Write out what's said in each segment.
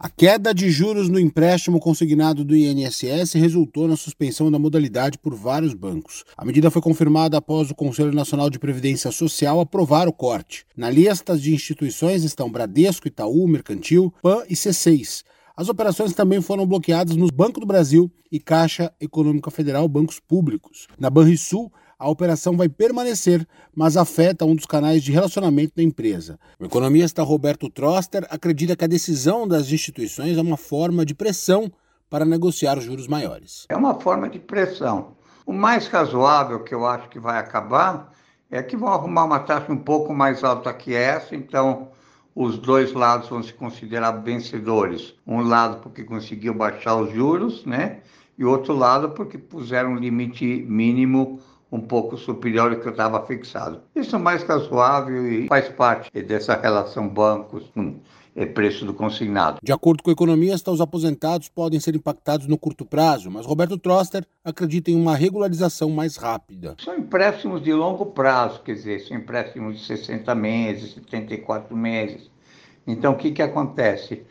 A queda de juros no empréstimo consignado do INSS resultou na suspensão da modalidade por vários bancos. A medida foi confirmada após o Conselho Nacional de Previdência Social aprovar o corte. Na lista de instituições estão Bradesco, Itaú, Mercantil, PAN e C6. As operações também foram bloqueadas no Banco do Brasil e Caixa Econômica Federal, bancos públicos. Na Banrisul, a operação vai permanecer, mas afeta um dos canais de relacionamento da empresa. O economista Roberto Troster acredita que a decisão das instituições é uma forma de pressão para negociar os juros maiores. É uma forma de pressão. O mais razoável que eu acho que vai acabar é que vão arrumar uma taxa um pouco mais alta que essa, então os dois lados vão se considerar vencedores. Um lado porque conseguiu baixar os juros, né? E o outro lado porque puseram um limite mínimo um pouco superior ao que eu estava fixado. Isso é mais razoável e faz parte dessa relação bancos com preço do consignado. De acordo com o economista, os aposentados podem ser impactados no curto prazo, mas Roberto Troster acredita em uma regularização mais rápida. São empréstimos de longo prazo, quer dizer, são empréstimos de 60 meses, 74 meses. Então, o que acontece?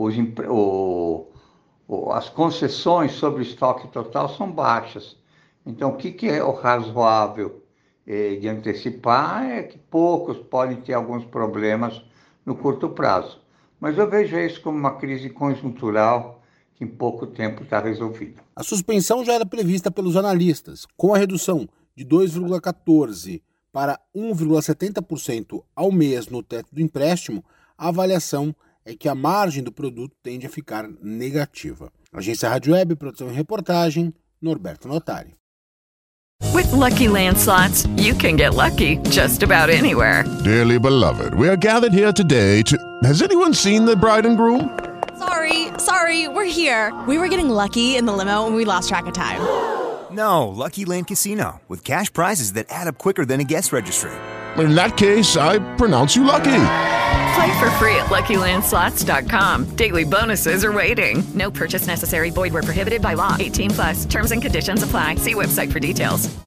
As concessões sobre o estoque total são baixas. Então, o que é o razoável de antecipar é que poucos podem ter alguns problemas no curto prazo. Mas eu vejo isso como uma crise conjuntural que em pouco tempo está resolvida. A suspensão já era prevista pelos analistas. Com a redução de 2,14% para 1,70% ao mês no teto do empréstimo, a avaliação é que a margem do produto tende a ficar negativa. Agência Rádio Web, produção e reportagem, Norberto Notari. With Lucky Land Slots, you can get lucky just about anywhere. Dearly beloved, we are gathered here today to... Has anyone seen the bride and groom? Sorry, we're here. We were getting lucky in the limo and we lost track of time. No, Lucky Land Casino, with cash prizes that add up quicker than a guest registry. In that case, I pronounce you lucky. Play for free at LuckyLandSlots.com. Daily bonuses are waiting. No purchase necessary. Void where prohibited by law. 18+. Terms and conditions apply. See website for details.